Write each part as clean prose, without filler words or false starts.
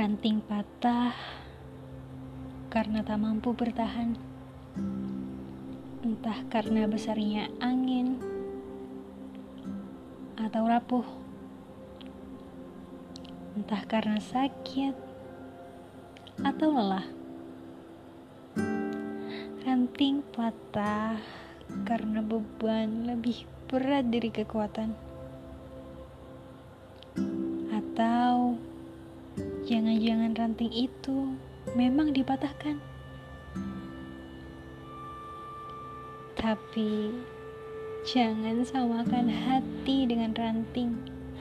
Ranting patah karena tak mampu bertahan, entah karena besarnya angin atau rapuh, entah karena sakit atau lelah. Ranting patah karena beban lebih berat dari kekuatan, atau jangan-jangan ranting itu memang dipatahkan. Tapi jangan samakan hati dengan ranting,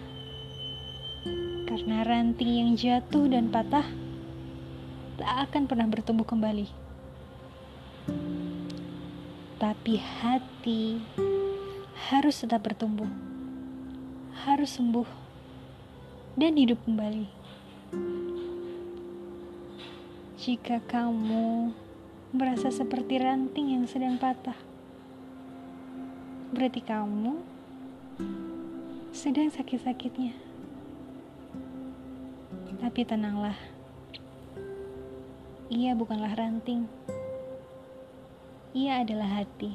karena ranting yang jatuh dan patah tak akan pernah bertumbuh kembali. Tapi hati harus tetap bertumbuh, harus sembuh dan hidup kembali. Jika kamu merasa seperti ranting yang sedang patah, berarti kamu sedang sakit-sakitnya. Tapi tenanglah, ia bukanlah ranting. Ia adalah hati.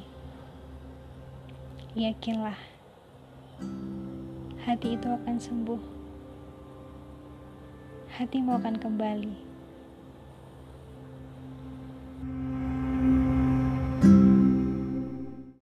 Yakinlah, hati itu akan sembuh. Hatimu akan kembali.